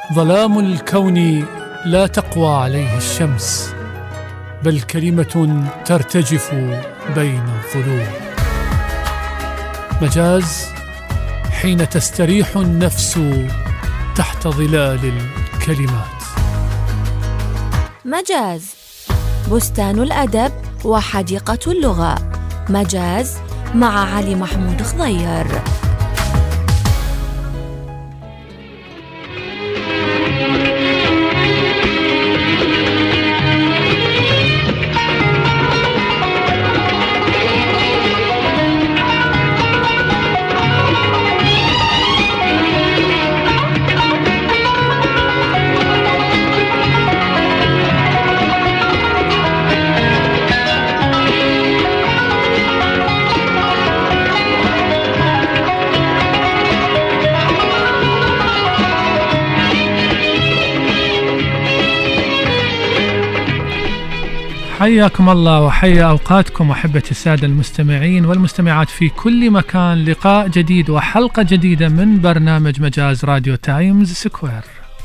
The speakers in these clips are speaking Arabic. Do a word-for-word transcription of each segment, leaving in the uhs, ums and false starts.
ظلام الكون لا تقوى عليه الشمس، بل كلمة ترتجف بين الظلوم. مجاز حين تستريح النفس تحت ظلال الكلمات. مجاز بستان الأدب وحديقة اللغة. مجاز مع علي محمود خضير. حياكم الله وحيا أوقاتكم أحبتي السادة المستمعين والمستمعات في كل مكان. لقاء جديد وحلقة جديدة من برنامج مجاز راديو تايمز سكوير.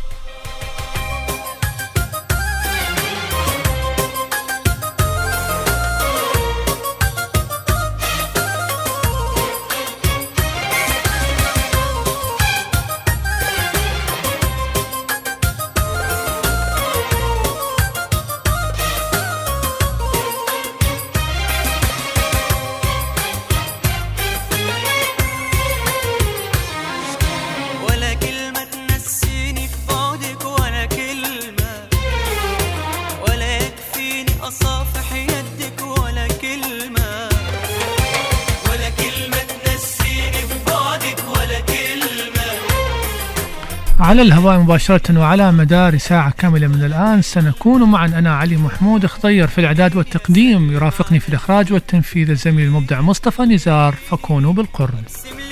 على الهواء مباشرة وعلى مدار ساعة كاملة من الآن سنكون معا أنا علي محمود خضير في الإعداد والتقديم. يرافقني في الإخراج والتنفيذ الزميل المبدع مصطفى نزار. فكونوا بالقرب.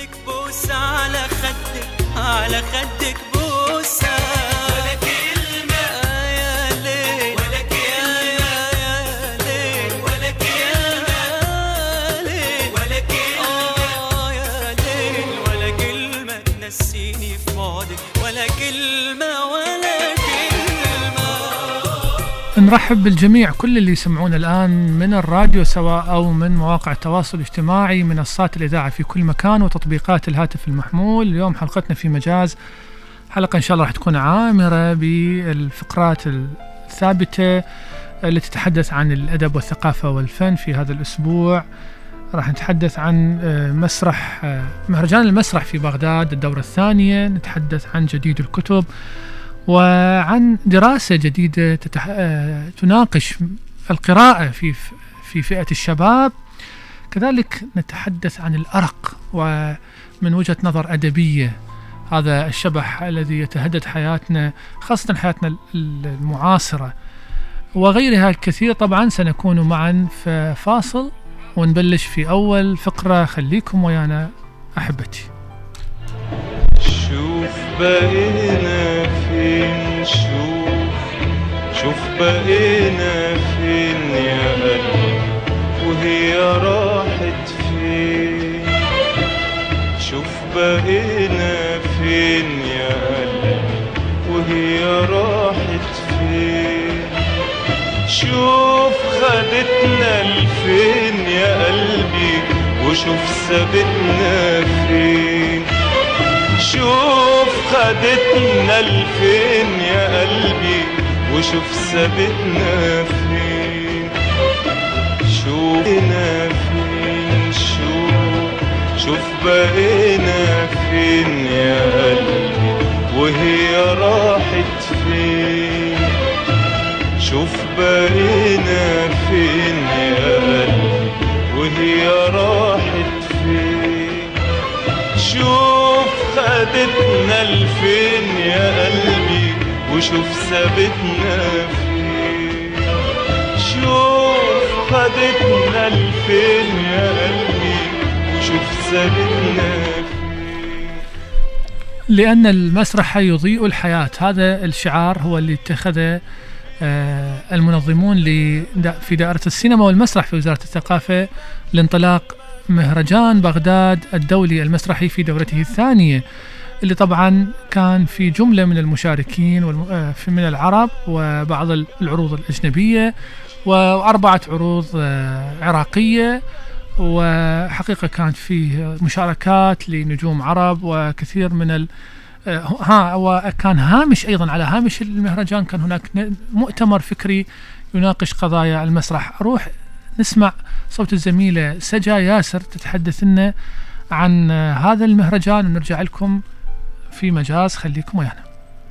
نرحب بالجميع، كل اللي يسمعون الآن من الراديو سواء أو من مواقع التواصل الاجتماعي، منصات الإذاعة في كل مكان وتطبيقات الهاتف المحمول. اليوم حلقتنا في مجاز حلقة إن شاء الله راح تكون عامرة بالفقرات الثابتة التي تتحدث عن الأدب والثقافة والفن. في هذا الأسبوع راح نتحدث عن مسرح مهرجان المسرح في بغداد الدورة الثانية، نتحدث عن جديد الكتب وعن دراسة جديدة تتح... تناقش القراءة في في فئة الشباب. كذلك نتحدث عن الأرق ومن وجهة نظر أدبية، هذا الشبح الذي يتهدد حياتنا خاصة حياتنا المعاصرة وغيرها الكثير. طبعا سنكون معا في فاصل ونبلش في أول فقرة. خليكم ويانا أحبتي. شوف بقينا فين، شوف شوف بقينا فين يا قلبي وهي راحت فين. شوف بقينا فين يا قلبي وهي راحت فين. شوف خدتنا لفين يا قلبي وشوف سابتنا فين. شوف خدتنا لفين يا قلبي وشوف سابتنا فين. شوفنا فين، شوف شوف بقينا فين يا قلبي وهي راحت فين. شوف بقينا فين يا قلبي وهي راحت فين. شوف خدتنا لفين يا قلبي وشوف سابتنا فين. شوف خدتنا لفين يا قلبي وشوف سابتنا فين. لأن المسرح يضيء الحياة، هذا الشعار هو اللي اتخذه المنظمون في دائرة السينما والمسرح في وزارة الثقافة لانطلاق مهرجان بغداد الدولي المسرحي في دورته الثانية. اللي طبعا كان في جملة من المشاركين من العرب وبعض العروض الأجنبية وأربعة عروض عراقية، وحقيقة كانت فيه مشاركات لنجوم عرب وكثير من ال ها وكان هامش أيضا على هامش المهرجان كان هناك مؤتمر فكري يناقش قضايا المسرح. أروح نسمع صوت الزميلة سجا ياسر تتحدث لنا عن هذا المهرجان ونرجع لكم في مجاز. خليكم ويانا.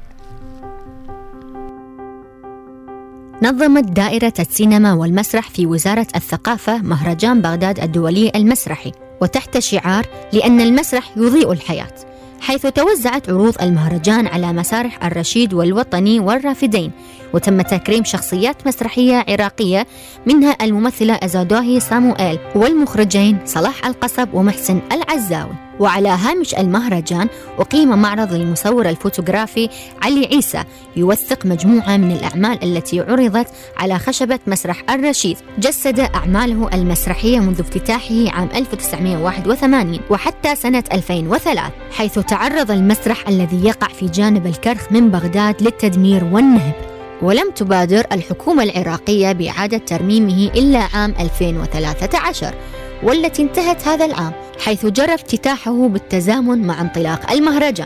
نظمت دائرة السينما والمسرح في وزارة الثقافة مهرجان بغداد الدولي المسرحي، وتحت شعار لأن المسرح يضيء الحياة، حيث توزعت عروض المهرجان على مسارح الرشيد والوطني والرافدين، وتم تكريم شخصيات مسرحية عراقية منها الممثلة أزادوهي صاموئيل والمخرجين صلاح القصب ومحسن العزاوي. وعلى هامش المهرجان أقيم معرض للمصور الفوتوغرافي علي عيسى يوثق مجموعة من الأعمال التي عرضت على خشبة مسرح الرشيد، جسد أعماله المسرحية منذ افتتاحه عام ألف وتسعمائة وواحد وثمانين وحتى سنة ألفين وثلاثة، حيث تعرض المسرح الذي يقع في جانب الكرخ من بغداد للتدمير والنهب، ولم تبادر الحكومة العراقية بإعادة ترميمه إلا عام ألفين وثلاثة عشر، والتي انتهت هذا العام، حيث جرى افتتاحه بالتزامن مع انطلاق المهرجان.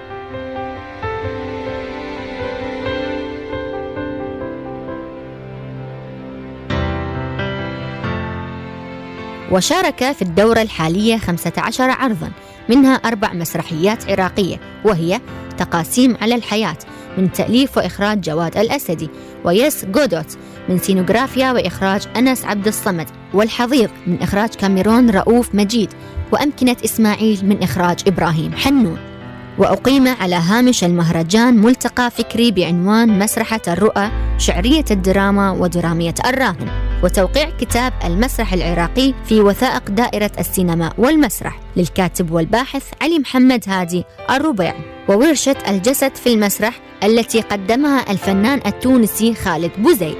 وشارك في الدورة الحالية خمسة عشر عرضاً، منها أربع مسرحيات عراقية، وهي تقاسيم على الحياة من تأليف وإخراج جواد الأسدي، ويس جودوت من سينوغرافيا وإخراج أنس عبد الصمد، والحضيض من إخراج كاميرون رؤوف مجيد، وأمكنة إسماعيل من إخراج إبراهيم حنون. وأقيم على هامش المهرجان ملتقى فكري بعنوان مسرحة الرؤى، شعرية الدراما ودرامية الراهن، وتوقيع كتاب المسرح العراقي في وثائق دائرة السينما والمسرح للكاتب والباحث علي محمد هادي الربيعي، وورشة الجسد في المسرح التي قدمها الفنان التونسي خالد بوزيد.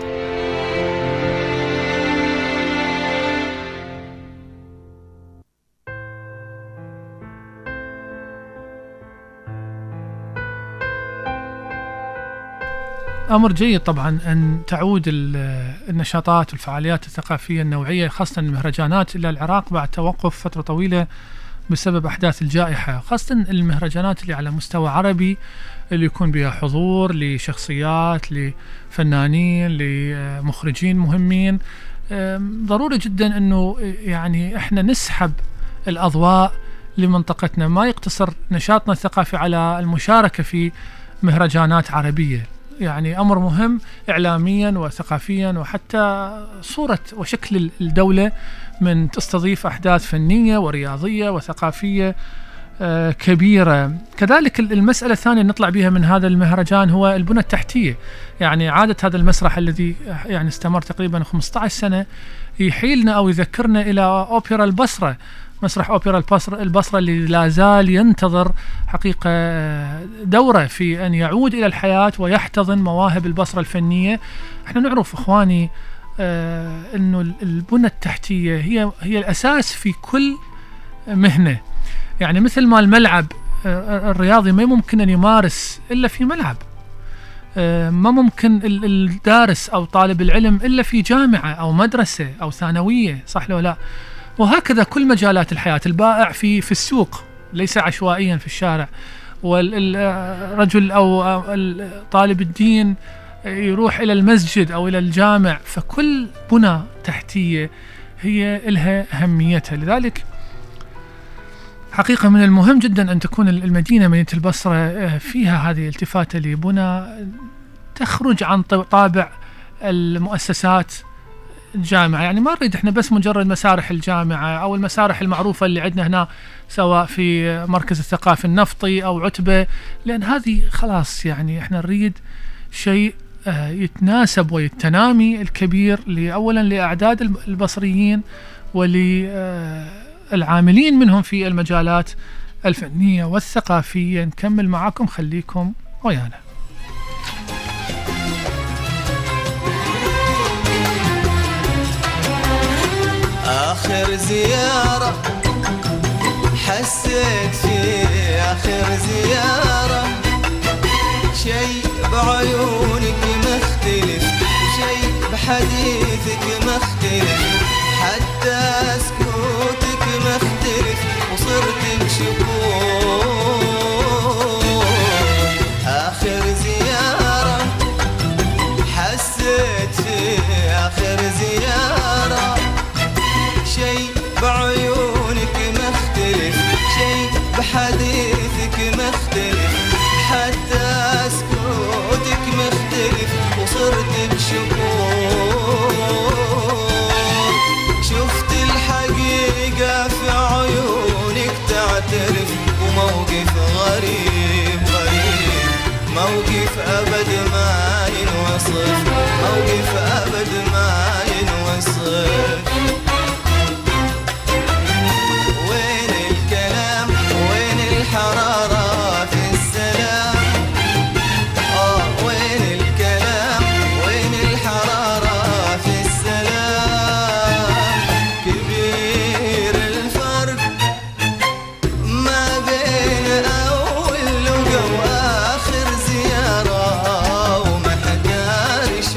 أمر جيد طبعا أن تعود النشاطات والفعاليات الثقافية النوعية خاصة المهرجانات إلى العراق بعد توقف فترة طويلة بسبب أحداث الجائحة، خاصة المهرجانات اللي على مستوى عربي اللي يكون بها حضور لشخصيات لفنانين لمخرجين مهمين. ضروري جدا أنه يعني إحنا نسحب الأضواء لمنطقتنا، ما يقتصر نشاطنا الثقافي على المشاركة في مهرجانات عربية، يعني أمر مهم إعلاميا وثقافيا وحتى صورة وشكل الدولة من تستضيف أحداث فنية ورياضية وثقافية آه كبيرة. كذلك المسألة الثانية نطلع بها من هذا المهرجان هو البنى التحتية، يعني عادة هذا المسرح الذي يعني استمر تقريبا خمسة عشر سنة يحيلنا أو يذكرنا إلى أوبرا البصرة، مسرح أوبرا البصرة اللي لا زال ينتظر حقيقة دورة في أن يعود إلى الحياة ويحتضن مواهب البصرة الفنية. احنا نعرف إخواني آه أنه البنى التحتية هي هي الأساس في كل مهنة، يعني مثل ما الملعب آه الرياضي ما ممكن أن يمارس إلا في ملعب، آه ما ممكن الدارس أو طالب العلم إلا في جامعة أو مدرسة أو ثانوية، صح لو لا؟ وهكذا كل مجالات الحياة، البائع في في السوق ليس عشوائيا في الشارع، والرجل أو طالب الدين يروح إلى المسجد أو إلى الجامع، فكل بنى تحتية هي لها أهميتها. لذلك حقيقة من المهم جدا أن تكون المدينة مدينة البصرة فيها هذه التفاتة لبنى تخرج عن طابع المؤسسات الجامعة، يعني ما نريد احنا بس مجرد مسارح الجامعة أو المسارح المعروفة اللي عندنا هنا سواء في مركز الثقافي النفطي أو عتبة، لأن هذه خلاص يعني احنا نريد شيء يتناسب والتنامي الكبير أولا لأعداد البصريين وللعاملين منهم في المجالات الفنية والثقافية. نكمل معاكم، خليكم ويانا. آخر زيارة حسيت فيها آخر زيارة شي بعيونك مختلف شي بحديثك مختلف حتى سكوتك مختلف وصرت بشكور آخر زيارة حسيت في آخر زيارة شي بعيونك مختلف شي بحديثك مختلف حتى سكوتك مختلف وصرت بشكور شفت الحقيقة في عيونك تعترف وموقف غريب غريب موقف أبد ما ينوصف موقف أبد ما ينوصف وين الكلام وين الحرارة في السلام آه وين الكلام وين الحرارة في السلام كبير الفرق ما بين أول لقا وآخر زيارة وما حقارش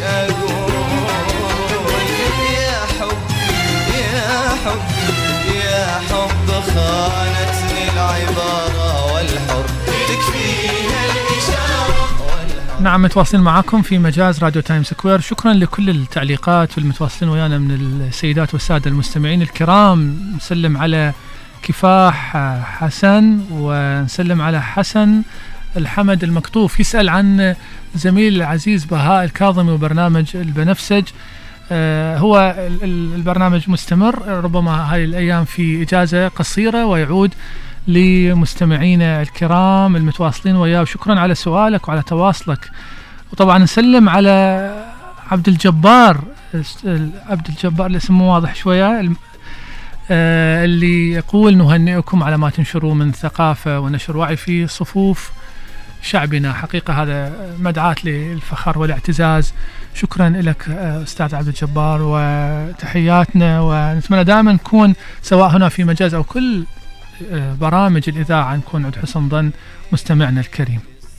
أقول يا حب يا حب يا حب خانتني العبارة والحر تكفيها الإشارة والحر. نعم، متواصلين معكم في مجاز راديو تايم سكوير. شكرا لكل التعليقات والمتواصلين ويانا من السيدات والسادة المستمعين الكرام. نسلم على كفاح حسن ونسلم على حسن الحمد المكطوف يسأل عن زميل العزيز بهاء الكاظمي وبرنامج البنفسج. آه هو البرنامج مستمر، ربما هاي الأيام في إجازة قصيرة ويعود لمستمعينا الكرام المتواصلين وياه. شكرا على سؤالك وعلى تواصلك. وطبعا نسلم على عبد الجبار عبد الجبار اللي اسمه واضح شوية آه اللي يقول نهنئكم على ما تنشروا من ثقافة ونشر وعي في صفوف شعبنا. حقيقة هذا مدعاة للفخر والاعتزاز. شكرا لك أستاذ عبد الجبار وتحياتنا، ونتمنى دائما نكون سواء هنا في مجاز أو كل برامج الإذاعة نكون عند حسن ظن مستمعنا الكريم.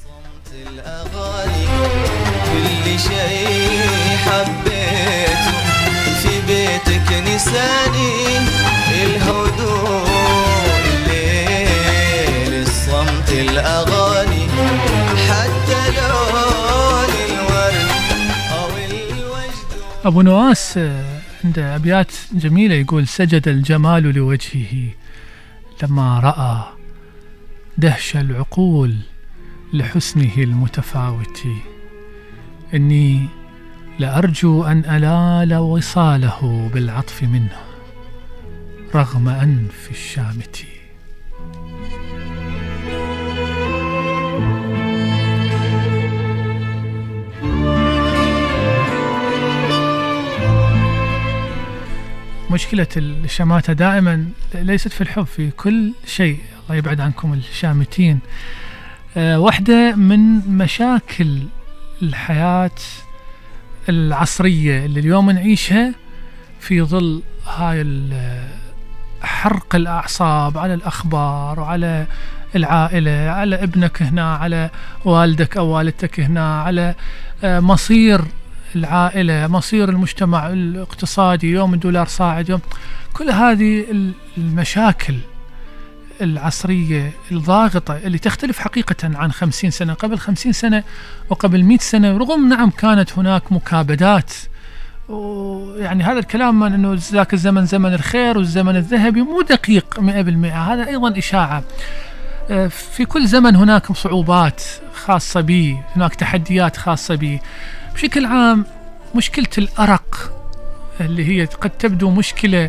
كل شيء حبيته في بيتك نساني الهدوء الليل الصمت الأغاني حتى لون الورد أو الوجد. أبو نواس عنده أبيات جميلة يقول سجد الجمال لوجهه لما رأى دهش العقول لحسنه المتفاوت إني لأرجو أن أنال وصاله بالعطف منه رغم أنف الشامت. مشكلة الشماتة دائما ليست في الحب، في كل شيء. الله يبعد عنكم الشامتين. أه واحدة من مشاكل الحياة العصرية اللي اليوم نعيشها في ظل هاي حرق الأعصاب على الأخبار وعلى العائلة، على ابنك هنا، على والدك أو والدتك هنا، على مصير العائلة، مصير المجتمع الاقتصادي، يوم الدولار صاعد، يوم كل هذه المشاكل العصرية الضاغطة اللي تختلف حقيقة عن خمسين سنة. قبل خمسين سنة وقبل مئة سنة رغم نعم كانت هناك مكابدات، ويعني هذا الكلام من أنه ذاك الزمن زمن الخير والزمن الذهبي مو دقيق مئة بالمئة، هذا أيضا إشاعة. في كل زمن هناك صعوبات خاصة به، هناك تحديات خاصة به. بشكل عام مشكلة الأرق اللي هي قد تبدو مشكلة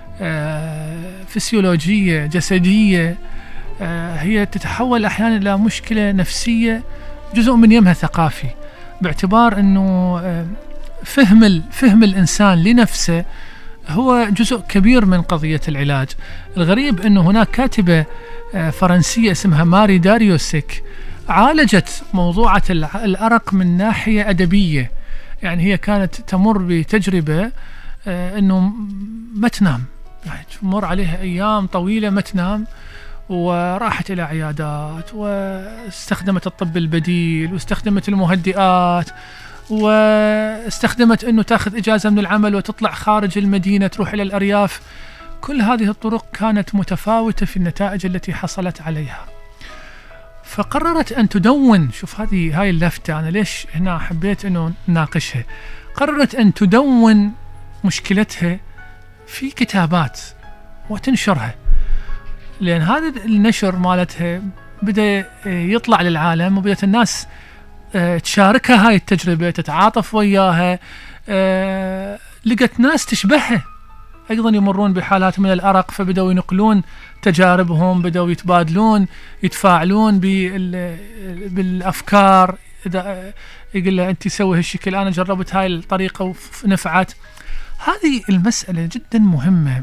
فسيولوجية جسدية، هي تتحول أحيانا إلى مشكلة نفسية جزء من يمها ثقافي، باعتبار أنه فهم فهم الإنسان لنفسه هو جزء كبير من قضية العلاج. الغريب أنه هناك كاتبة فرنسية اسمها ماري داريوسيك عالجت موضوعة الأرق من ناحية أدبية. يعني هي كانت تمر بتجربة أنه ما تنام، يعني تمر عليها أيام طويلة ما تنام، وراحت إلى عيادات واستخدمت الطب البديل واستخدمت المهدئات واستخدمت أنه تأخذ إجازة من العمل وتطلع خارج المدينة تروح إلى الأرياف. كل هذه الطرق كانت متفاوتة في النتائج التي حصلت عليها. فقررت أن تدون، شوف هذه هاي اللفتة أنا ليش هنا حبيت أنه نناقشها، قررت أن تدون مشكلتها في كتابات وتنشرها، لأن هذا النشر مالتها بدأ يطلع للعالم وبدأت الناس تشاركها هاي التجربة، تتعاطف وياها، لقت ناس تشبهها أيضا يمرون بحالات من الأرق، فبدأوا ينقلون تجاربهم، بدأوا يتبادلون يتفاعلون بالأفكار. يقول له أنت سوي هالشكل، أنا جربت هاي الطريقة ونفعت. هذه المسألة جدا مهمة،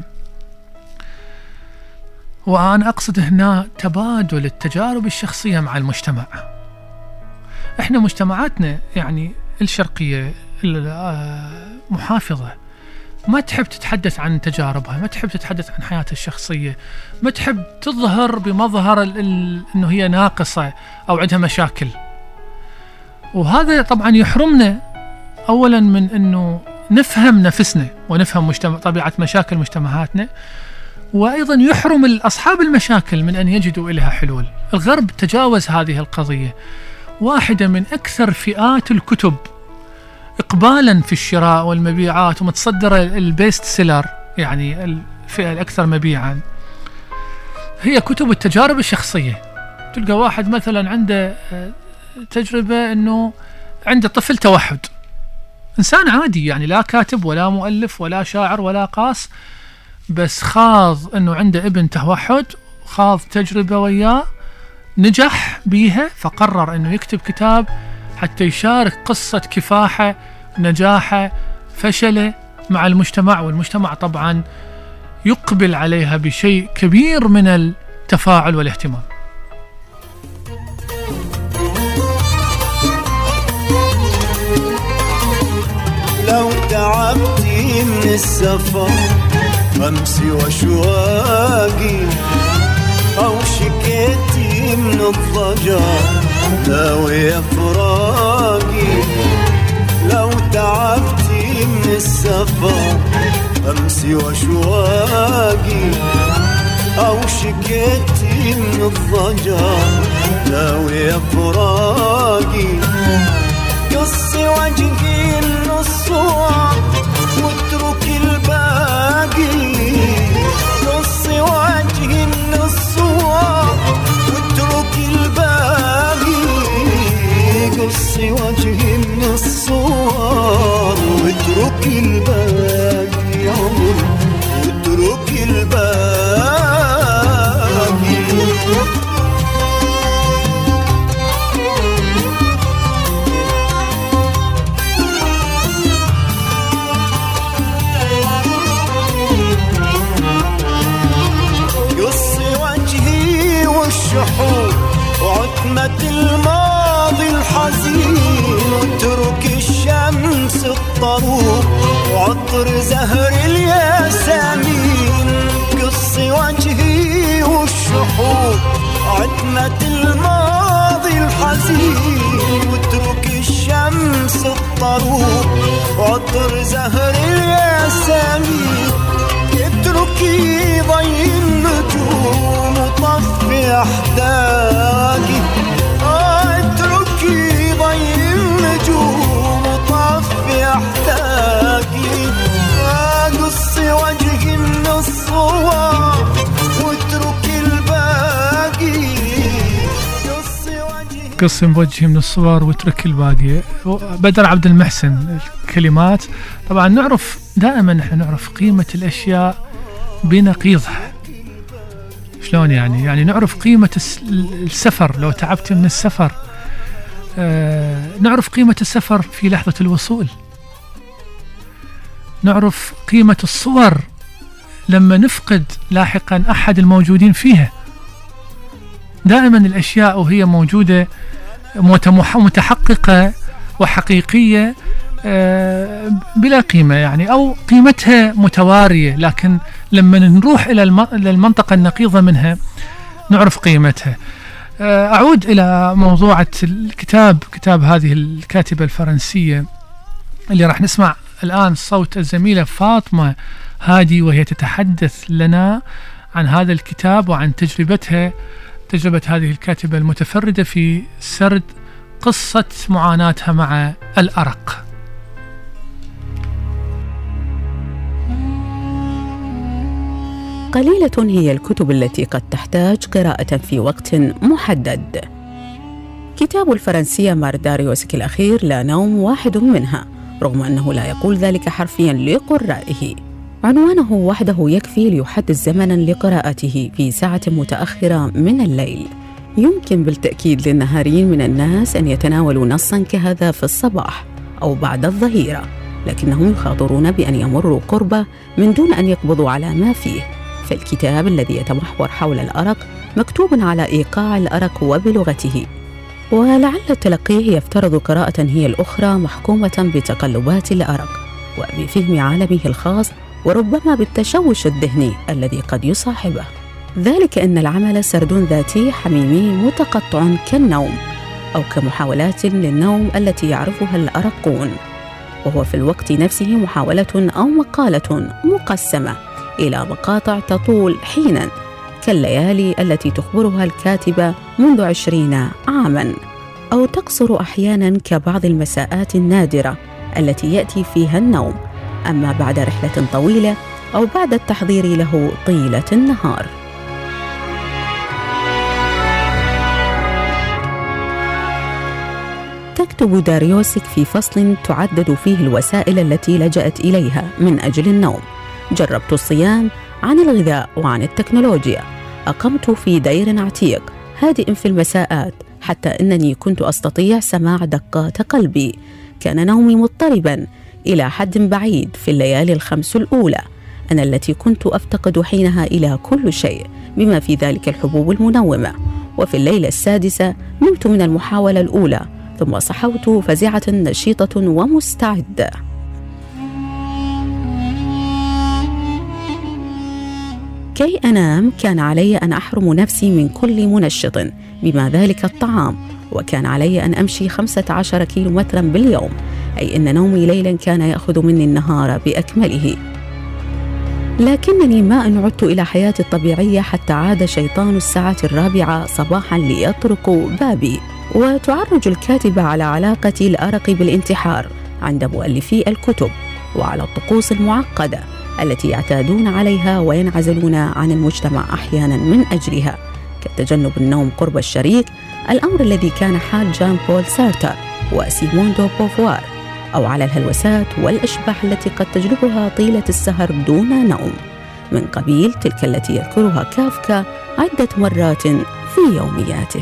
وأنا أقصد هنا تبادل التجارب الشخصية مع المجتمع. إحنا مجتمعاتنا يعني الشرقية محافظة، ما تحب تتحدث عن تجاربها، ما تحب تتحدث عن حياتها الشخصية، ما تحب تظهر بمظهر أنه هي ناقصة أو عندها مشاكل. وهذا طبعا يحرمنا أولا من أنه نفهم نفسنا ونفهم مجتمع طبيعة مشاكل مجتمعاتنا، وأيضا يحرم أصحاب المشاكل من أن يجدوا إليها حلول. الغرب تجاوز هذه القضية. واحدة من أكثر فئات الكتب إقبالا في الشراء والمبيعات ومتصدرة البيست سيلر، يعني الفئة الأكثر مبيعا، هي كتب التجارب الشخصية. تلقى واحد مثلا عنده تجربة أنه عنده طفل توحد، إنسان عادي يعني لا كاتب ولا مؤلف ولا شاعر ولا قاص، بس خاض أنه عنده ابن توحد، خاض تجربة وياه، نجح بيها، فقرر أنه يكتب كتاب حتى يشارك قصة كفاحه، نجاحه، فشله مع المجتمع، والمجتمع طبعا يقبل عليها بشيء كبير من التفاعل والاهتمام. لو تعبتي من السفر أمسي وشواقي، أو شكيتي من الضجر داوي فراقي، لو تعبتي من السفر أمسي وشواقي، أو شكيتي من الضجر داوي فراقي، قصي وجهي النصوار واتركي الباقي، قصي وجهي النصوار واتركي الباقي، قصي وجهي النصوار واتركي الباقي، واتركي الباقي. وعتمة الماضي الحزين، واترك الشمس الطروق وعطر زهر الياسمين، قصي وجهي والشحوب عتمة الماضي الحزين، واترك الشمس الطروق وعطر زهر الياسمين، اتركي ضي النجوم وطفي احداقي، اتركي ضي النجوم وطفي احداقي، قصي وجهي من الصور واتركي الباقي، قصي وجهي قصي وجهي من الصور واتركي الباقي. بدر عبد المحسن الكلمات. طبعا نعرف دائما نحن نعرف قيمة الأشياء بنقيضها. شلون يعني؟ يعني نعرف قيمة السفر، لو تعبت من السفر آه نعرف قيمة السفر في لحظة الوصول، نعرف قيمة الصور لما نفقد لاحقا أحد الموجودين فيها. دائما الأشياء وهي موجودة متحققة وحقيقية آه بلا قيمة يعني، أو قيمتها متوارية، لكن لما نروح إلى المنطقة النقيضة منها نعرف قيمتها. أعود إلى موضوعة الكتاب، كتاب هذه الكاتبة الفرنسية اللي راح نسمع الآن صوت الزميلة فاطمة هادي وهي تتحدث لنا عن هذا الكتاب وعن تجربتها، تجربة هذه الكاتبة المتفردة في سرد قصة معاناتها مع الأرق. قليلة هي الكتب التي قد تحتاج قراءة في وقت محدد. كتاب الفرنسية مار داريوسكي الأخير لا نوم واحد منها، رغم أنه لا يقول ذلك حرفيا لقرائه. عنوانه وحده يكفي ليحدد زمنا لقراءته في ساعة متأخرة من الليل. يمكن بالتأكيد للنهاريين من الناس أن يتناولوا نصا كهذا في الصباح أو بعد الظهيرة، لكنهم يخاطرون بأن يمروا قربه من دون أن يقبضوا على ما فيه. فالكتاب الذي يتمحور حول الأرق مكتوب على إيقاع الأرق وبلغته، ولعل تلقيه يفترض قراءة هي الأخرى محكومة بتقلبات الأرق وبفهم عالمه الخاص، وربما بالتشوش الذهني الذي قد يصاحبه. ذلك أن العمل سرد ذاتي حميمي متقطع كالنوم أو كمحاولات للنوم التي يعرفها الأرقون، وهو في الوقت نفسه محاولة أو مقالة مقسمة إلى مقاطع تطول حيناً كالليالي التي تخبرها الكاتبة منذ عشرين عاماً، أو تقصر أحياناً كبعض المساءات النادرة التي يأتي فيها النوم، أما بعد رحلة طويلة أو بعد التحضير له طيلة النهار. تكتب داريوسك في فصل تعدد فيه الوسائل التي لجأت إليها من أجل النوم. جربت الصيام عن الغذاء وعن التكنولوجيا، أقمت في دير عتيق هادئ في المساءات حتى أنني كنت أستطيع سماع دقات قلبي. كان نومي مضطربا إلى حد بعيد في الليالي الخمس الأولى، أنا التي كنت أفتقد حينها إلى كل شيء بما في ذلك الحبوب المنومة. وفي الليلة السادسة نمت من المحاولة الأولى، ثم صحوت فزعة نشيطة ومستعدة. كي أنام كان علي أن أحرم نفسي من كل منشط بما ذلك الطعام، وكان علي أن أمشي خمسة عشر كيلومترا باليوم، أي أن نومي ليلا كان يأخذ مني النهار بأكمله. لكنني ما أن عدت إلى حياتي الطبيعية حتى عاد شيطان الساعة الرابعة صباحا ليطرق بابي. وتعرج الكاتبة على علاقة الأرق بالانتحار عند مؤلفي الكتب، وعلى الطقوس المعقدة التي يعتادون عليها وينعزلون عن المجتمع أحيانا من أجلها، كتجنب النوم قرب الشريك، الأمر الذي كان حال جان بول سارتر وسيمون دو بوفوار، أو على الهلوسات والأشباح التي قد تجلبها طيلة السهر دون نوم، من قبيل تلك التي يذكرها كافكا عدة مرات في يومياته.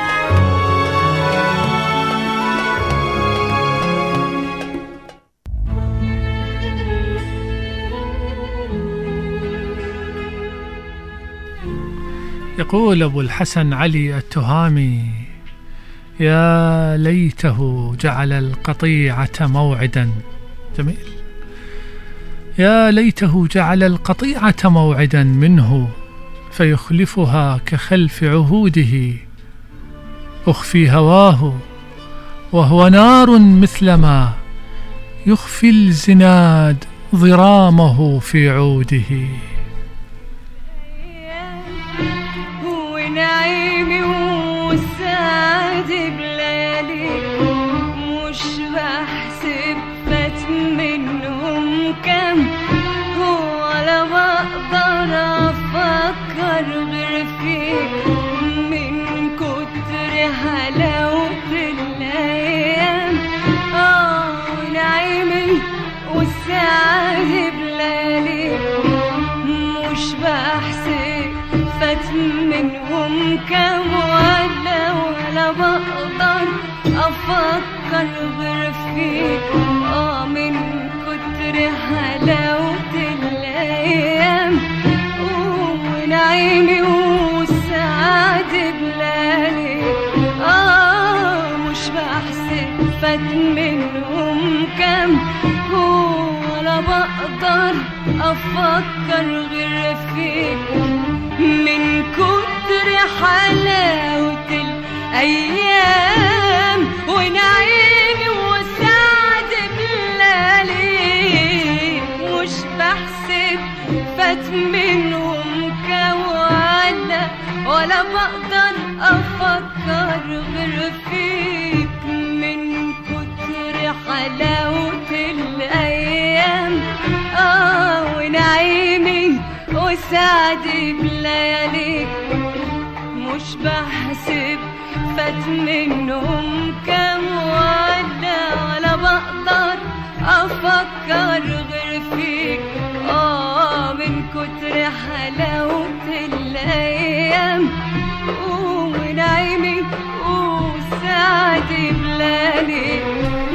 يقول أبو الحسن علي التهامي: يا ليته جعل القطيعة موعدا. جميل. يا ليته جعل القطيعة موعدا منه فيخلفها كخلف عهوده، أخفي هواه وهو نار مثلما يخفي الزناد ضرامه في عوده. نعيمي والسعد بلالي مش بحسب فات منهم كم، ولا بقدر افكر غير فيك من كتر حلاوة الايام. اه نعيمي والسعد بلالي مش بحسب فات منهم كم، ولا ولا بقدر افكر غير فيك اه من كتر حلاوة الايام. ونعيمي والسعد بلالي اه مش بحسب فات منهم كم، ولا بقدر افكر غير فيك من كتر كتر حلاوة الأيام ونعيمي وسعد بلالي مش بحسب فات منهم كوالا ولا بقدر أفكر غير فيك من كتر حلاوة الأيام آه ونعيمي وسعدي بلياليك مش بحسب فات منهم كام ولا ولا بقدر أفكر غير فيك آه من كتر حلاوة الأيام ونعيمي وسعدي بلياليك.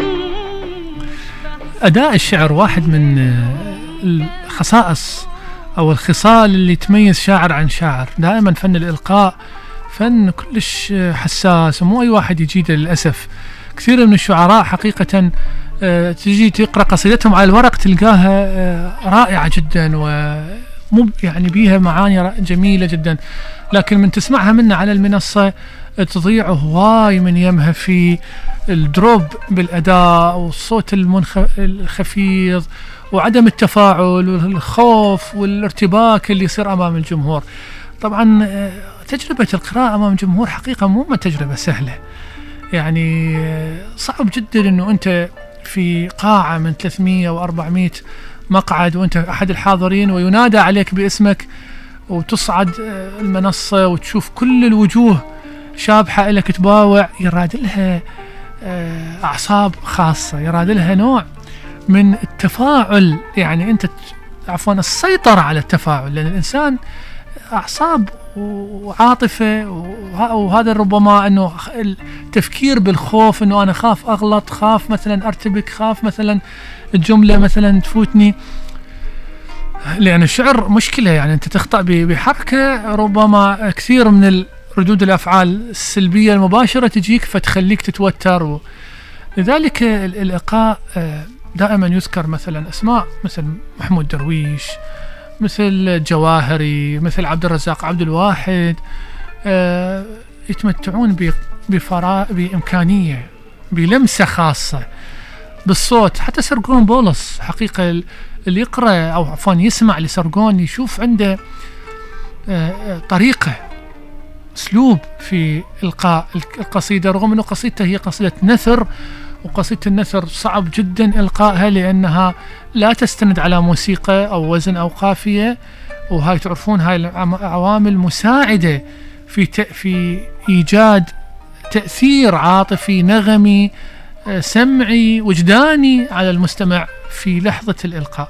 أداء الشعر واحد من الخصائص أو الخصال اللي تميز شاعر عن شاعر. دائما فن الإلقاء فن كلش حساس ومو أي واحد يجيده للأسف. كثير من الشعراء حقيقة أه تجي تقرأ قصيدتهم على الورق تلقاها أه رائعة جدا ومو يعني بيها معاني جميلة جدا، لكن من تسمعها منا على المنصة تضيع هواي من يمها في الدروب بالأداء والصوت المنخ... الخفيض وعدم التفاعل والخوف والارتباك اللي يصير أمام الجمهور. طبعا تجربة القراءة أمام الجمهور حقيقة مو تجربة سهلة، يعني صعب جدا أنه أنت في قاعة من ثلاثمية وأربعمية مقعد وأنت أحد الحاضرين وينادى عليك باسمك وتصعد المنصة وتشوف كل الوجوه شابحة لك تباوع، يراد لها أعصاب خاصة، يراد لها نوع من التفاعل، يعني أنت عفوا السيطرة على التفاعل، لأن الإنسان أعصاب وعاطفة وهذا ربما أنه التفكير بالخوف أنه أنا خاف أغلط، خاف مثلا أرتبك، خاف مثلا الجملة مثلا تفوتني، لأن الشعر مشكلة، يعني أنت تخطأ بحركة ربما كثير من ردود الأفعال السلبية المباشرة تجيك فتخليك تتوتر. لذلك الإلقاء دائما يذكر مثلا أسماء مثل محمود درويش، مثل جواهري، مثل عبد الرزاق عبد الواحد، يتمتعون بفراغ بإمكانية بلمسة خاصة بالصوت. حتى سرقون بولس حقيقة اللي يقرأ أو عفوا يسمع لسرقون يشوف عنده طريقة أسلوب في إلقاء القصيدة، رغم أنه قصيدته هي قصيدة نثر، وقصيدة النثر صعب جدا إلقائها لأنها لا تستند على موسيقى أو وزن أو قافية، وهاي تعرفون هاي العوامل مساعدة في في إيجاد تأثير عاطفي نغمي سمعي وجداني على المستمع في لحظة الإلقاء.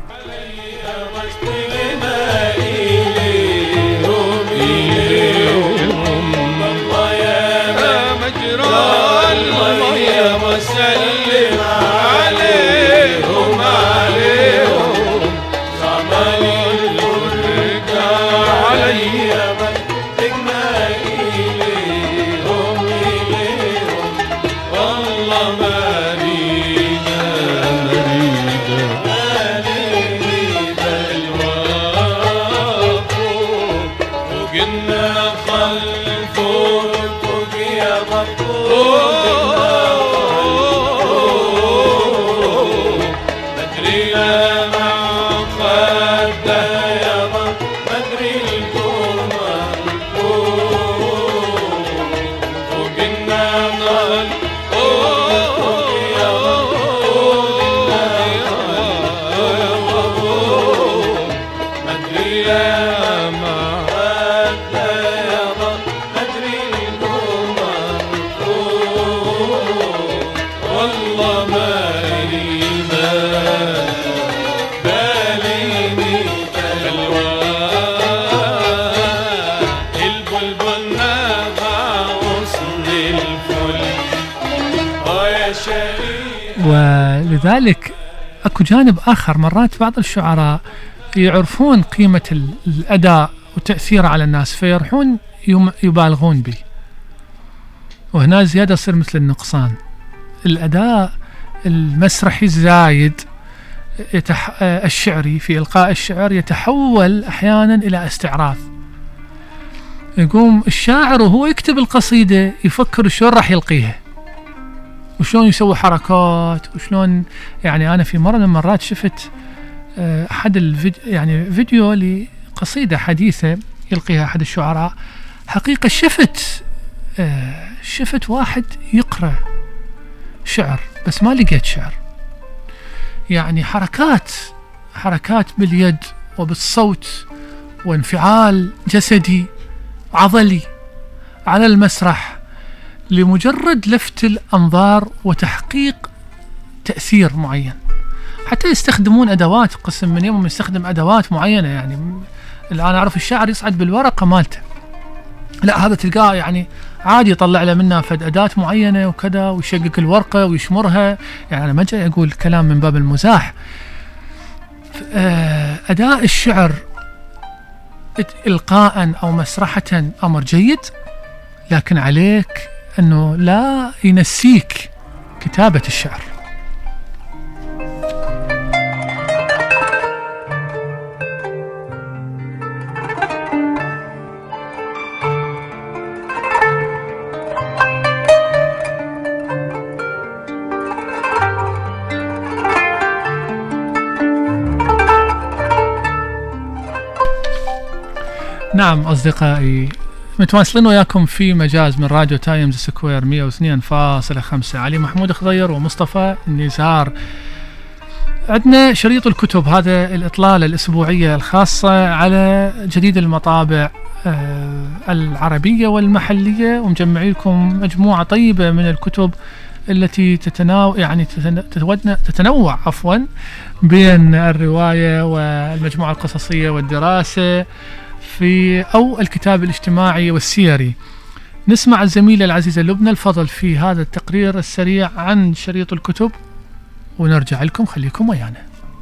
ولذلك أكو جانب آخر، مرات بعض الشعراء يعرفون قيمة الأداء وتأثيره على الناس فيروحون يبالغون به، وهنا زيادة يصير مثل النقصان. الأداء المسرحي الزايد يتح... الشعري في إلقاء الشعر يتحول أحيانا إلى استعراض. يقوم الشاعر وهو يكتب القصيدة يفكر شلون راح يلقيها وشلون يسوي حركات وشلون. يعني أنا في مرة من المرات شفت أحد الفيديو يعني فيديو لقصيدة حديثة يلقيها أحد الشعراء. حقيقة شفت شفت واحد يقرأ شعر بس ما لقيت شعر. يعني حركات حركات باليد وبالصوت وانفعال جسدي عضلي على المسرح لمجرد لفت الأنظار وتحقيق تأثير معين. حتى يستخدمون أدوات، قسم من يوم يستخدم أدوات معينة. يعني الآن أعرف الشاعر يصعد بالورقة مالته، لا هذا تلقاه يعني عادي يطلع له منها فد أداة معينة وكذا ويشقق الورقة ويشمرها. يعني أنا ما جاي أقول كلام من باب المزاح. أداء الشعر إلقاء أو مسرحة أمر جيد، لكن عليك أنه لا ينسيك كتابة الشعر. نعم أصدقائي، متواصلين وياكم في مجاز من راديو تايمز سكوير مئة واثنين فاصلة خمسة. علي محمود خضير ومصطفى النزار. عندنا شريط الكتب، هذا الإطلالة الأسبوعية الخاصة على جديد المطابع العربية والمحلية، ومجمعين لكم مجموعة طيبة من الكتب التي تتناول يعني تتنوع عفوا بين الرواية والمجموعة القصصية والدراسة في أو الكتاب الاجتماعي والسيري. نسمع الزميلة العزيزة لبنى الفضل في هذا التقرير السريع عن شريط الكتب ونرجع لكم. خليكم ويانا.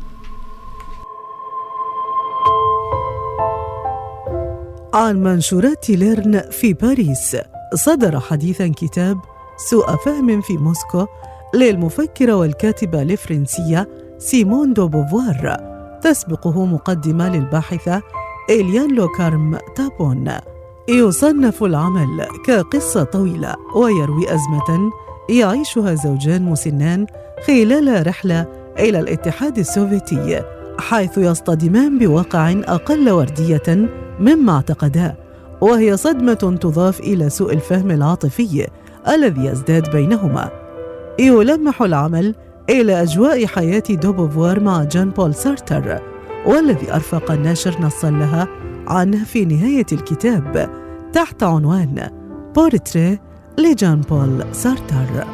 عن منشورات ليرن في باريس، صدر حديثا كتاب سوء فهم في موسكو للمفكرة والكاتبة الفرنسية سيمون دو بوفوار، تسبقه مقدمة للباحثة إليان لوكارم تابون. يصنف العمل كقصة طويلة ويروي أزمة يعيشها زوجان مسنان خلال رحلة إلى الاتحاد السوفيتي، حيث يصطدمان بواقع أقل وردية مما اعتقدا، وهي صدمة تضاف إلى سوء الفهم العاطفي الذي يزداد بينهما. يلمح العمل إلى أجواء حياة دو بوفوار مع جان بول سارتر، والذي أرفق الناشر نصا لها عنه في نهاية الكتاب تحت عنوان بورتريه لجان بول سارتر.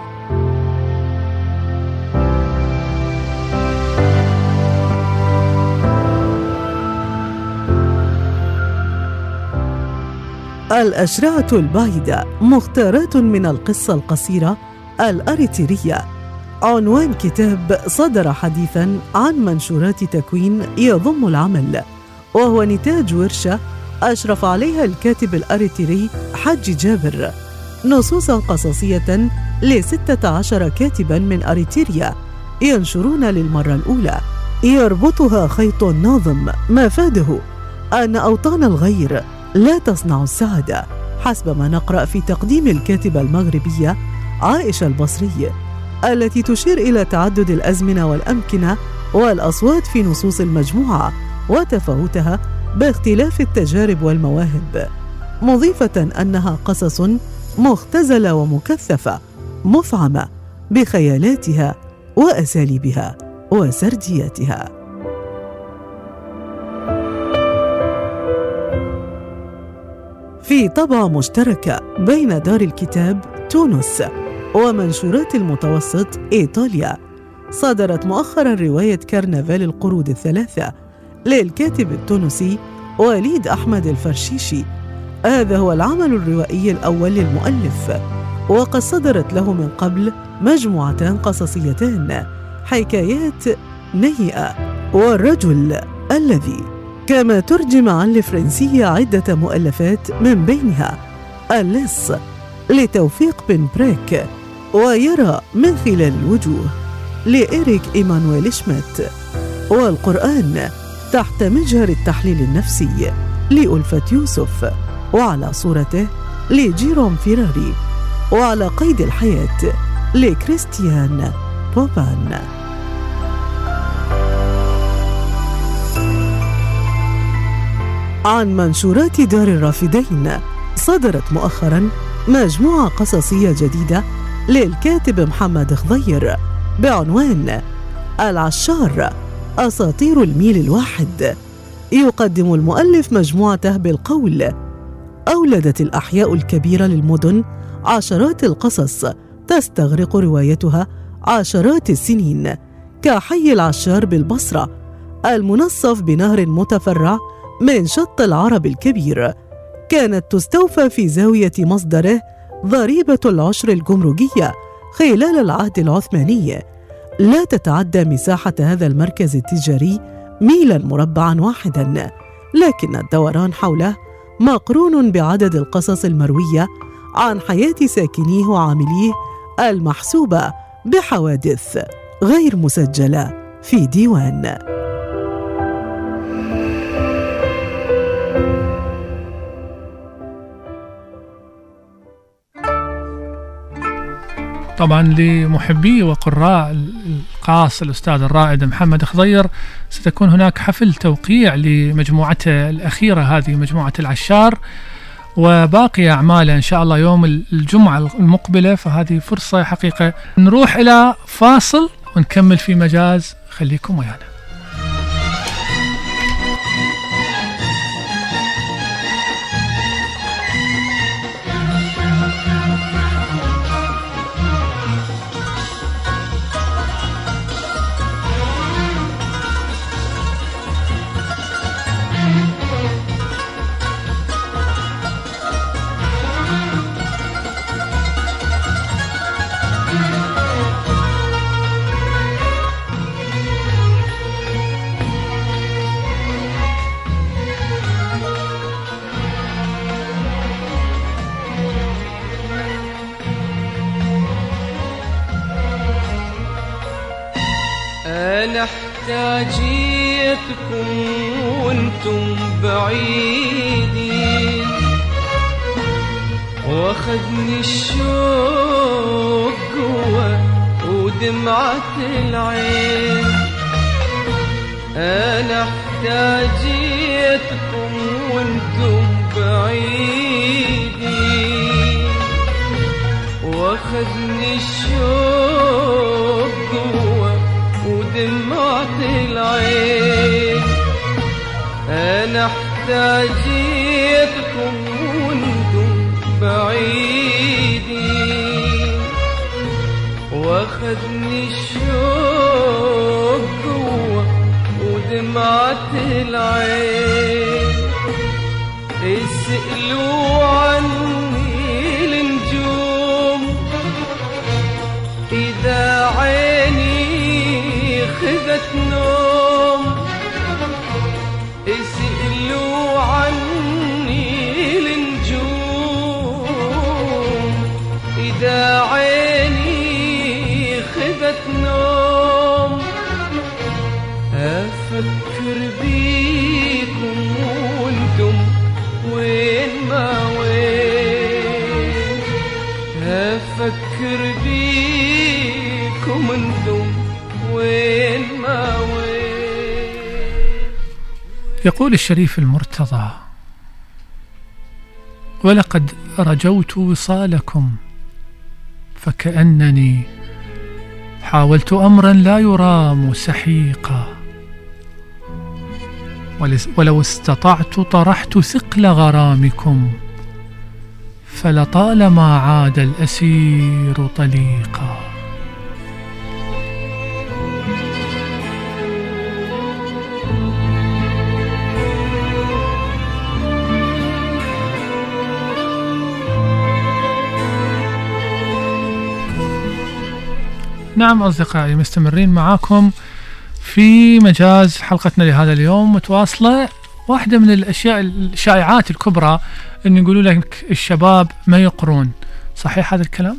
الأشرعة البعيدة، مختارات من القصة القصيرة الأريترية، عنوان كتاب صدر حديثاً عن منشورات تكوين يضم العمل، وهو نتاج ورشة أشرف عليها الكاتب الأريتري حج جابر، نصوصاً قصصية لستة عشر كاتباً من أريتريا ينشرون للمرة الأولى، يربطها خيط ناظم مفاده أن أوطان الغير لا تصنع السعادة، حسب ما نقرأ في تقديم الكاتبة المغربية عائشة البصري، التي تشير إلى تعدد الأزمنة والأمكنة والأصوات في نصوص المجموعة وتفاوتها باختلاف التجارب والمواهب، مضيفة أنها قصص مختزلة ومكثفة مفعمة بخيالاتها وأساليبها وسردياتها. في طبعة مشتركة بين دار الكتاب تونس ومنشورات المتوسط إيطاليا، صدرت مؤخراً رواية كرنفال القرود الثلاثة للكاتب التونسي وليد أحمد الفرشيشي. هذا هو العمل الروائي الأول للمؤلف، وقد صدرت له من قبل مجموعتان قصصيتان، حكايات نيئة والرجل الذي، كما ترجم عن الفرنسية عدة مؤلفات من بينها اللص لتوفيق بن بريك، ويرى من خلال الوجوه لإيريك إيمانويل شميت، والقرآن تحت مجهر التحليل النفسي لألفة يوسف، وعلى صورته لجيروم فيراري، وعلى قيد الحياة لكريستيان بوبان. عن منشورات دار الرافدين، صدرت مؤخراً مجموعة قصصية جديدة للكاتب محمد خضير بعنوان العشار أساطير الميل الواحد. يقدم المؤلف مجموعته بالقول: أولدت الأحياء الكبيرة للمدن عشرات القصص تستغرق روايتها عشرات السنين، كحي العشار بالبصرة المنصف بنهر متفرع من شط العرب الكبير، كانت تستوفى في زاوية مصدره ضريبة العشر الجمركية خلال العهد العثماني، لا تتعدى مساحة هذا المركز التجاري ميلا مربعا واحدا، لكن الدوران حوله مقرون بعدد القصص المروية عن حياة ساكنيه وعامليه المحسوبة بحوادث غير مسجلة في ديوان. طبعا لمحبي وقراء القاص الأستاذ الرائد محمد خضير ستكون هناك حفل توقيع لمجموعته الأخيرة هذه، مجموعة العشار، وباقي أعماله إن شاء الله يوم الجمعة المقبلة، فهذه فرصة حقيقة. نروح إلى فاصل ونكمل في مجاز، خليكم ويانا. أنا احتاجيتكم وانتم بعيدين، واخذني الشوق جوا ودمعة العين. أنا احتاجيتكم وانتم بعيدين، واخذني الشوق جوا ودمعة العين. أنا احتاجيتكم وانتم بعيدين، واخذني الشوق جوا ودمعة العين. اسألوا عني النجوم إذا عيني خذت نوم، اسألوا عني النجوم إذا عيني خذت نوم. أفكر بيكم وانتم وين ما وين، أفكر بيكم انتم وين ما وين. يقول الشريف المرتضى: ولقد رجوت وصالكم فكأنني حاولت أمرا لا يرام سحيقا، ولو استطعت طرحت ثقل غرامكم فلطالما عاد الأسير طليقا. نعم أصدقائي، مستمرين معاكم في مجاز. حلقتنا لهذا اليوم متواصلة. واحدة من الأشياء الشائعات الكبرى أن يقولوا لك الشباب ما يقرون، صحيح هذا الكلام؟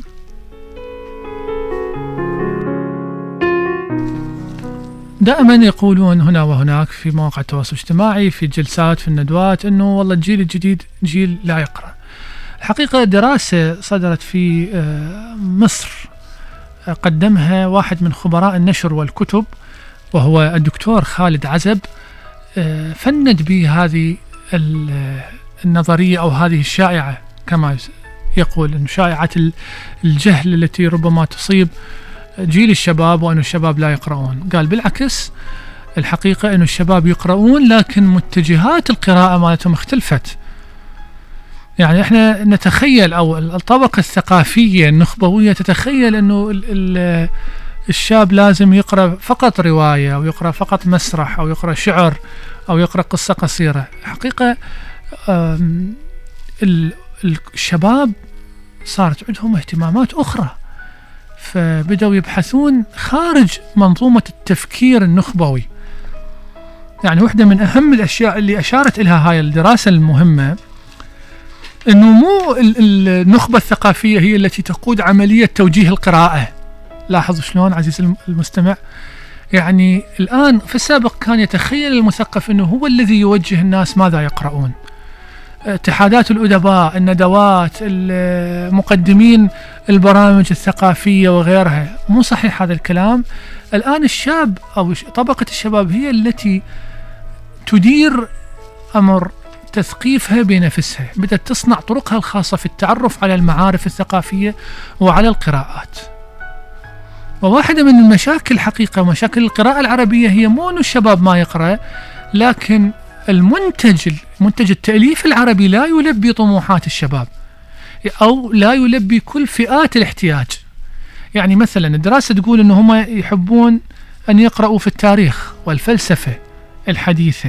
دائما يقولون هنا وهناك في مواقع التواصل الاجتماعي، في الجلسات، في الندوات، أنه والله الجيل الجديد جيل لا يقرأ. الحقيقة دراسة صدرت في مصر قدمها واحد من خبراء النشر والكتب وهو الدكتور خالد عزب، فند بهذه النظرية أو هذه الشائعة كما يقول، أن شائعة الجهل التي ربما تصيب جيل الشباب وأن الشباب لا يقرؤون. قال بالعكس، الحقيقة أن الشباب يقرؤون لكن متجهات القراءة مالتهم اختلفت. يعني احنا نتخيل أو الطبقة الثقافية النخبوية تتخيل أنه الشاب لازم يقرأ فقط رواية أو يقرأ فقط مسرح أو يقرأ شعر أو يقرأ قصة قصيرة. حقيقة الشباب صارت عندهم اهتمامات أخرى، فبدأوا يبحثون خارج منظومة التفكير النخبوي. يعني واحدة من أهم الأشياء اللي أشارت إلها هاي الدراسة المهمة أنه مو النخبة الثقافية هي التي تقود عملية توجيه القراءة. لاحظوا شلون عزيز المستمع، يعني الآن في السابق كان يتخيل المثقف أنه هو الذي يوجه الناس ماذا يقرؤون، اتحادات الأدباء، الندوات، المقدمين البرامج الثقافية وغيرها. مو صحيح هذا الكلام. الآن الشاب أو طبقة الشباب هي التي تدير أمر تثقيفها بنفسها، بدأت تصنع طرقها الخاصة في التعرف على المعارف الثقافية وعلى القراءات. وواحدة من المشاكل حقيقة مشاكل القراءة العربية هي مو أن الشباب ما يقرأ، لكن المنتج منتج التأليف العربي لا يلبي طموحات الشباب أو لا يلبي كل فئات الاحتياج. يعني مثلا الدراسة تقول أنه هم يحبون أن يقرأوا في التاريخ والفلسفة الحديثة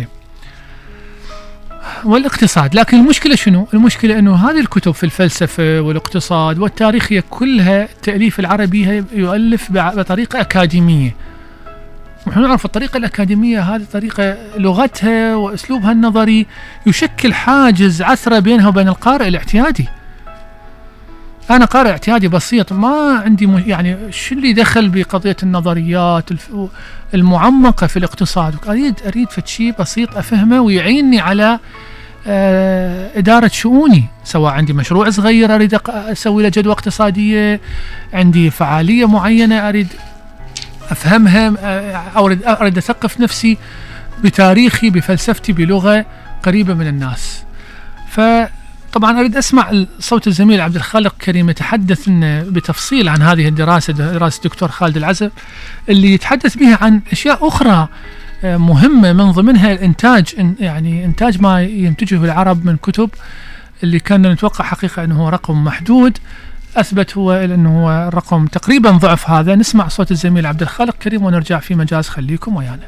والاقتصاد، لكن المشكلة شنو؟ المشكلة أنه هذه الكتب في الفلسفة والاقتصاد والتاريخ هي كلها التأليف العربي يؤلف بطريقة أكاديمية. ونحن نعرف الطريقة الأكاديمية هذه طريقة لغتها وأسلوبها النظري يشكل حاجز عثرة بينها وبين القارئ الاعتيادي. أنا قارئ اعتيادي بسيط ما عندي يعني شو اللي دخل بقضية النظريات المعمقة في الاقتصاد، أريد أريد فشي بسيط أفهمه ويعيني على إدارة شؤوني، سواء عندي مشروع صغير أريد أسوي له جدوى اقتصادية، عندي فعالية معينة أريد أفهمها، أريد أريد أثقف نفسي بتاريخي بفلسفتي بلغة قريبة من الناس. فطبعا أريد أسمع صوت الزميل عبد الخالق كريم يتحدث بتفصيل عن هذه الدراسة، دراسة الدكتور خالد العزب، اللي يتحدث بها عن أشياء أخرى مهمة من ضمنها الإنتاج، يعني إنتاج ما ينتجه العرب من كتب اللي كان نتوقع حقيقة أنه هو رقم محدود، أثبت هو أنه هو رقم تقريبا ضعف هذا. نسمع صوت الزميل عبد الخالق كريم ونرجع في مجاز. خليكم ويانا.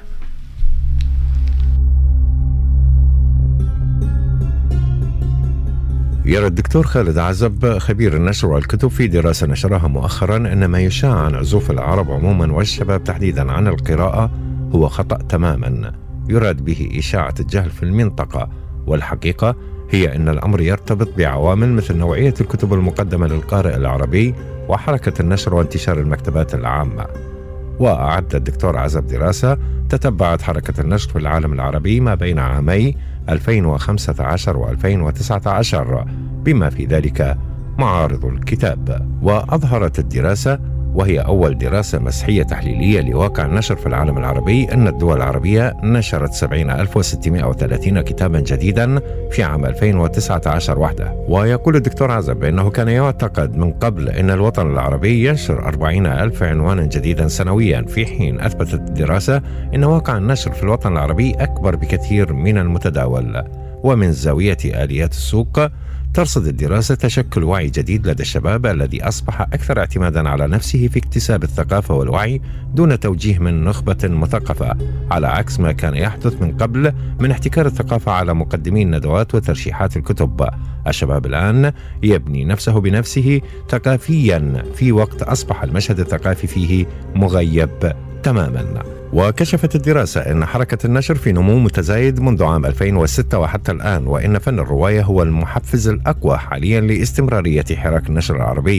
يرى الدكتور خالد عزب خبير النشر والكتب في دراسة نشرها مؤخرا أن ما يشاع عن عزوف العرب عموما والشباب تحديدا عن القراءة هو خطأ تماما، يراد به إشاعة الجهل في المنطقة، والحقيقة هي أن الأمر يرتبط بعوامل مثل نوعية الكتب المقدمة للقارئ العربي وحركة النشر وانتشار المكتبات العامة. وأعد الدكتور عزب دراسة تتبعت حركة النشر في العالم العربي ما بين عامي ألفين وخمسة عشر وألفين وتسعة عشر، بما في ذلك معارض الكتاب. وأظهرت الدراسة، وهي أول دراسة مسحية تحليلية لواقع النشر في العالم العربي، أن الدول العربية نشرت سبعين ألف وستمائة وثلاثين كتابا جديدا في عام ألفين وتسعة عشر وحده. ويقول الدكتور عزب بأنه كان يعتقد من قبل أن الوطن العربي ينشر أربعين ألف عنوانا جديدا سنويا، في حين أثبتت الدراسة أن واقع النشر في الوطن العربي أكبر بكثير من المتداول. ومن زاوية آليات السوق ترصد الدراسة تشكل وعي جديد لدى الشباب الذي أصبح أكثر اعتمادا على نفسه في اكتساب الثقافة والوعي دون توجيه من نخبة مثقفة، على عكس ما كان يحدث من قبل من احتكار الثقافة على مقدمين الندوات وترشيحات الكتب. الشباب الآن يبني نفسه بنفسه ثقافيا في وقت أصبح المشهد الثقافي فيه مغيب تماما. وكشفت الدراسة أن حركة النشر في نمو متزايد منذ عام ألفين وستة وحتى الآن، وأن فن الرواية هو المحفز الأقوى حاليا لاستمرارية حراك النشر العربي.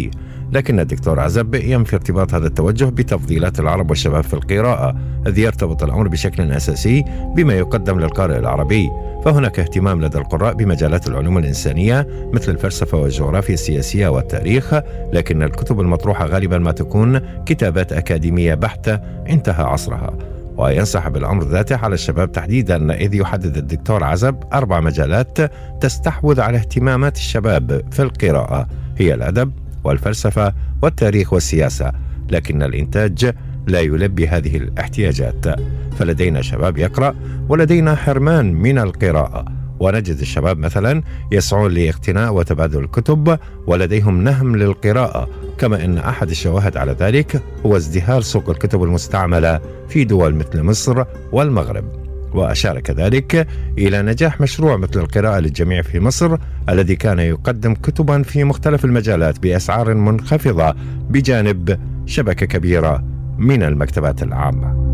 لكن الدكتور عزب ينفي ارتباط هذا التوجه بتفضيلات العرب والشباب في القراءة، إذ يرتبط الأمر بشكل أساسي بما يقدم للقارئ العربي. فهناك اهتمام لدى القراء بمجالات العلوم الإنسانية مثل الفلسفة والجغرافيا السياسية والتاريخ، لكن الكتب المطروحة غالبا ما تكون كتابات أكاديمية بحتة انتهى عصرها. وينسحب الأمر ذاته على الشباب تحديدا، إذ يحدد الدكتور عزب أربع مجالات تستحوذ على اهتمامات الشباب في القراءة، هي الأدب والفلسفة والتاريخ والسياسة، لكن الإنتاج لا يلبي هذه الاحتياجات. فلدينا شباب يقرأ ولدينا حرمان من القراءة، ونجد الشباب مثلا يسعون لاقتناء وتبادل الكتب ولديهم نهم للقراءة، كما أن أحد الشواهد على ذلك هو ازدهار سوق الكتب المستعملة في دول مثل مصر والمغرب. وأشار كذلك إلى نجاح مشروع مثل القراءة للجميع في مصر، الذي كان يقدم كتبا في مختلف المجالات بأسعار منخفضة بجانب شبكة كبيرة من المكتبات العامة.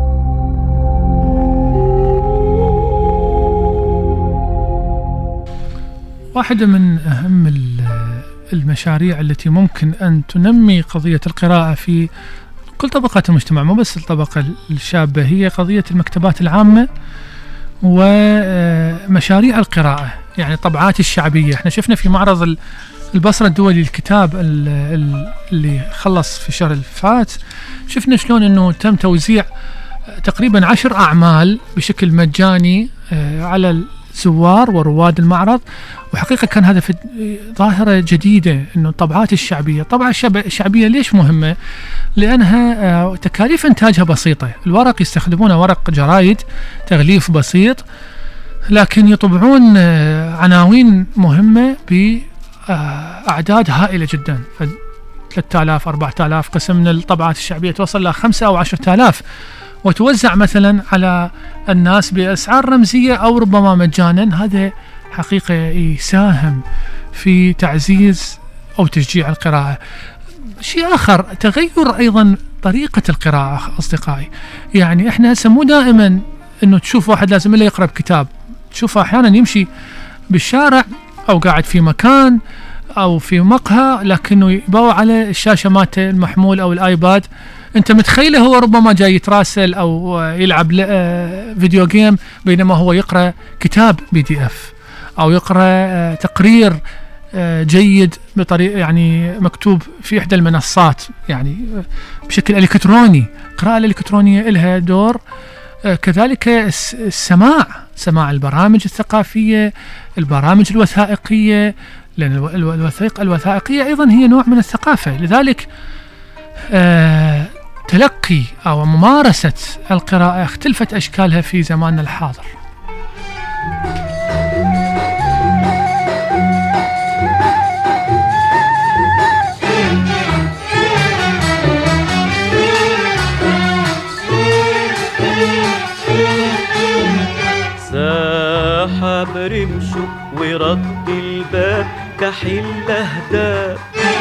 واحدة من أهم المشاريع التي ممكن أن تنمي قضية القراءة في كل طبقات المجتمع، مو بس الطبقة الشابة، هي قضية المكتبات العامة ومشاريع القراءة، يعني الطبعات الشعبية. احنا شفنا في معرض البصرة الدولي للكتاب اللي خلص في الشهر الفات، شفنا شلون أنه تم توزيع تقريبا عشر أعمال بشكل مجاني على الزوار ورواد المعرض. وحقيقة كان هذا في ظاهرة جديدة، أنه الطبعات الشعبية. الطبعة الشعبية ليش مهمة؟ لأنها تكاليف إنتاجها بسيطة، الورق يستخدمونه ورق جرايد تغليف بسيط، لكن يطبعون عناوين مهمة بأعداد هائلة جدا، ثلاثة آلاف أربعة آلاف قسم من الطبعات الشعبية توصل إلى خمسة أو عشرة آلاف، وتوزع مثلا على الناس بأسعار رمزية أو ربما مجانا. هذا حقيقة يساهم في تعزيز أو تشجيع القراءة. شيء آخر، تغير أيضا طريقة القراءة أصدقائي. يعني إحنا سمو دائما أنه تشوف واحد لازم إلا يقرأ بكتاب، تشوفه أحيانا يمشي بالشارع أو قاعد في مكان أو في مقهى، لكنه يباوع على الشاشة مالته المحمول أو الآيباد. أنت متخيله هو ربما جاي يتراسل أو يلعب فيديو جيم، بينما هو يقرأ كتاب بي دي اف أو يقرأ تقرير جيد بطريقة يعني مكتوب في إحدى المنصات، يعني بشكل إلكتروني. القراءة الإلكترونية لها دور، كذلك السماع، سماع البرامج الثقافية، البرامج الوثائقية، لأن الوثائق الوثائقية أيضا هي نوع من الثقافة. لذلك آه تلقي أو ممارسة القراءة اختلفت أشكالها في زماننا الحاضر. ساحب رمشه ورد الباب كحل اهداب،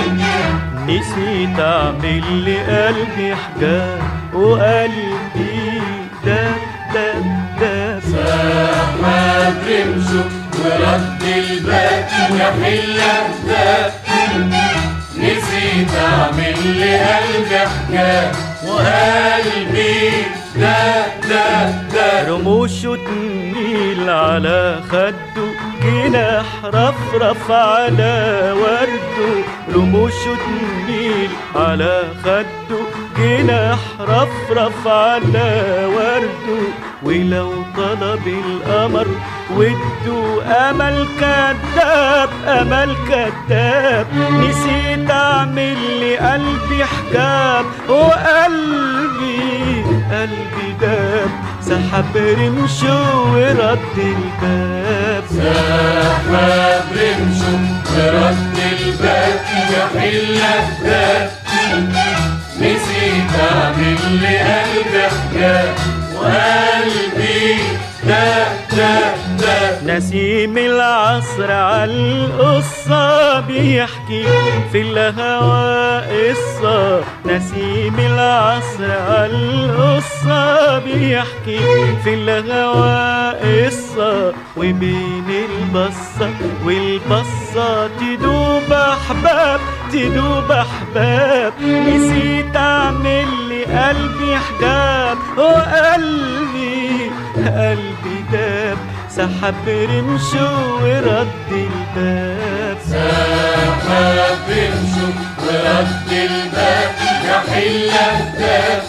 نسيت اعمل لقلبي حجاب وقلبي داب داب داب. ساحب رمشه ورد الباب كحل اهداب، نسيت اعمل لقلبي حجاب وقلبي داب داب داب. رموشه تميل على خده، جناح رفرف على ورده. رموشه تميل على خده، جناح رفرف على ورده. ولو طلب القمر وده أمل كذاب، أمل كذاب. نسيت أعمل لقلبي حجاب وقلبي قلبي داب. سحب رمشه ورد الباب، سحب رمشه ورد الباب كحل اهداب، نسيت اعمل لقلبي حجاب وقلبي داب داب داب. نسيم العصر عالقصة بيحكي في الهوى قصة. نسيم العصر عالقصة بيحكي في الهوى قصة. وبين البصة والبصة تدوب أحباب، تدوب أحباب، نسيت أعمل لي قلبي حجاب، وقلبي قلبي داب، سحب رمشه ورد الباب، سحب رمشه ورد الباب، يا حلة داب،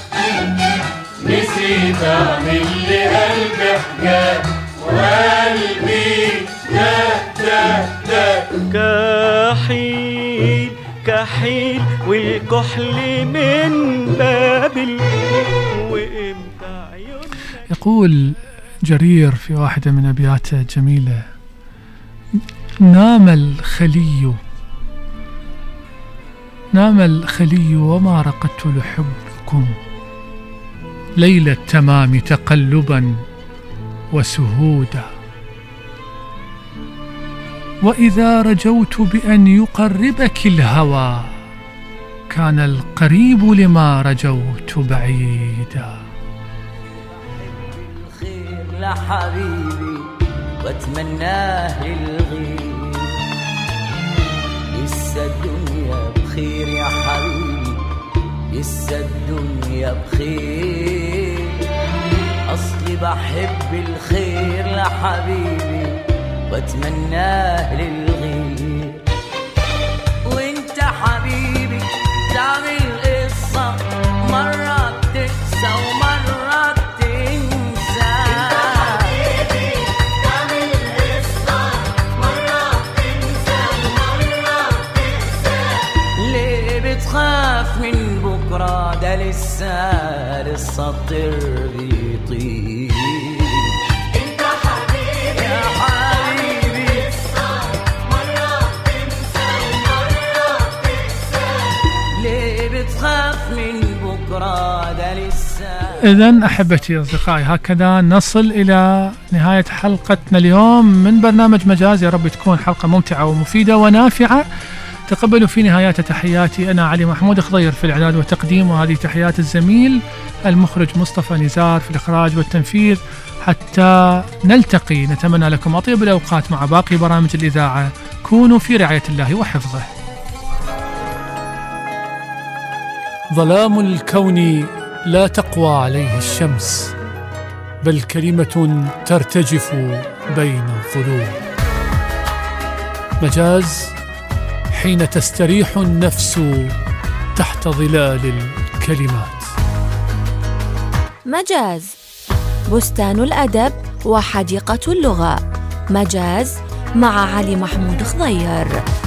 نسيت أعمل لي قلبي حجاب، وقلبي داب داب داب. كحيل كحيل والكحل من بابل، وإمتى عيون. يقول جرير في واحدة من أبياته الجميلة: نام الخلي نام الخلي وما رقدت لحبكم، ليل التمام تقلبا وسهودا، وإذا رجوت بأن يقربك الهوى، كان القريب لما رجوت بعيدا. الخير لحبيبي واتمناه للغير، لسه الدنيا بخير يا حبيبي، لسه الدنيا بخير، أصلي بحب الخير لحبيبي واتمناه للغير، وانت حبيبي تعمل قصة، مرة بتنسى ومرة بتنسى، انت حبيبي تعمل قصة، مرة بتنسى ومرة بتنسى، ليه بتخاف من بكرة؟ ده لسه لسه الطير بيطير، انت حبيبي يا حبيبي مرة بتنسى ومرة بتنسى، ليه بتخاف من بكرة؟ ده لسه. إذن أحبتي أصدقائي، هكذا نصل إلى نهاية حلقتنا اليوم من برنامج مجاز. يا رب تكون حلقة ممتعة ومفيدة ونافعة. تقبلوا في نهاية تحياتي أنا علي محمود خضير في الإعداد والتقديم، وهذه تحيات الزميل المخرج مصطفى نزار في الإخراج والتنفيذ. حتى نلتقي نتمنى لكم أطيب الأوقات مع باقي برامج الإذاعة. كونوا في رعاية الله وحفظه. ظلام الكون لا تقوى عليه الشمس، بل كلمة ترتجف بين الظلوم. مجاز حين تستريح النفس تحت ظلال الكلمات. مجاز بستان الأدب وحديقة اللغة. مجاز مع علي محمود خضير.